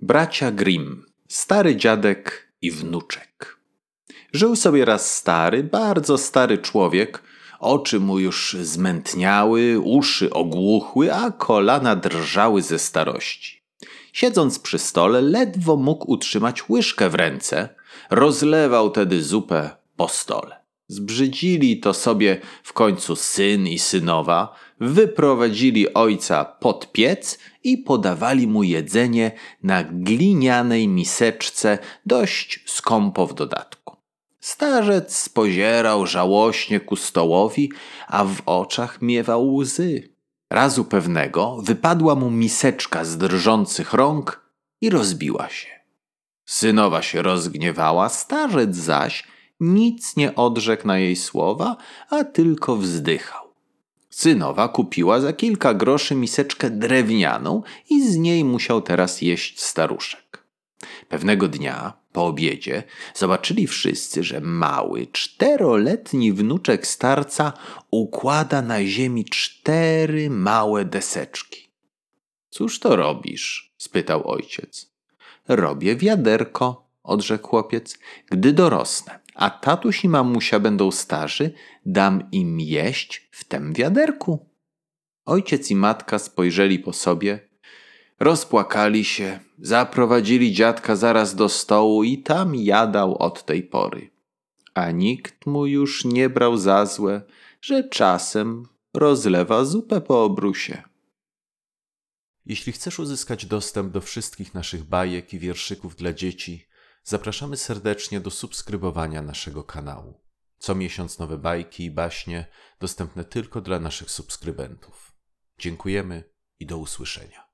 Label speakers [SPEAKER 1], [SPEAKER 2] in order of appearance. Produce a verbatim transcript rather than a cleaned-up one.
[SPEAKER 1] Bracia Grimm, stary dziadek i wnuczek. Żył sobie raz stary, bardzo stary człowiek. Oczy mu już zmętniały, uszy ogłuchły, a kolana drżały ze starości. Siedząc przy stole, ledwo mógł utrzymać łyżkę w ręce. Rozlewał tedy zupę po stole. Zbrzydzili to sobie w końcu syn i synowa, wyprowadzili ojca pod piec i podawali mu jedzenie na glinianej miseczce, dość skąpo w dodatku. Starzec spozierał żałośnie ku stołowi, a w oczach miewał łzy. Razu pewnego wypadła mu miseczka z drżących rąk i rozbiła się. Synowa się rozgniewała, starzec zaś nic nie odrzekł na jej słowa, a tylko wzdychał. Synowa kupiła za kilka groszy miseczkę drewnianą i z niej musiał teraz jeść staruszek. Pewnego dnia, po obiedzie, zobaczyli wszyscy, że mały, czteroletni wnuczek starca układa na ziemi cztery małe deseczki. — Cóż to robisz? — spytał ojciec. — Robię wiaderko — odrzekł chłopiec. — Gdy dorosnę, a tatuś i mamusia będą starzy, dam im jeść w tem wiaderku. Ojciec i matka spojrzeli po sobie, rozpłakali się, zaprowadzili dziadka zaraz do stołu i tam jadał od tej pory. A nikt mu już nie brał za złe, że czasem rozlewa zupę po obrusie.
[SPEAKER 2] Jeśli chcesz uzyskać dostęp do wszystkich naszych bajek i wierszyków dla dzieci, zapraszamy serdecznie do subskrybowania naszego kanału. Co miesiąc nowe bajki i baśnie dostępne tylko dla naszych subskrybentów. Dziękujemy i do usłyszenia.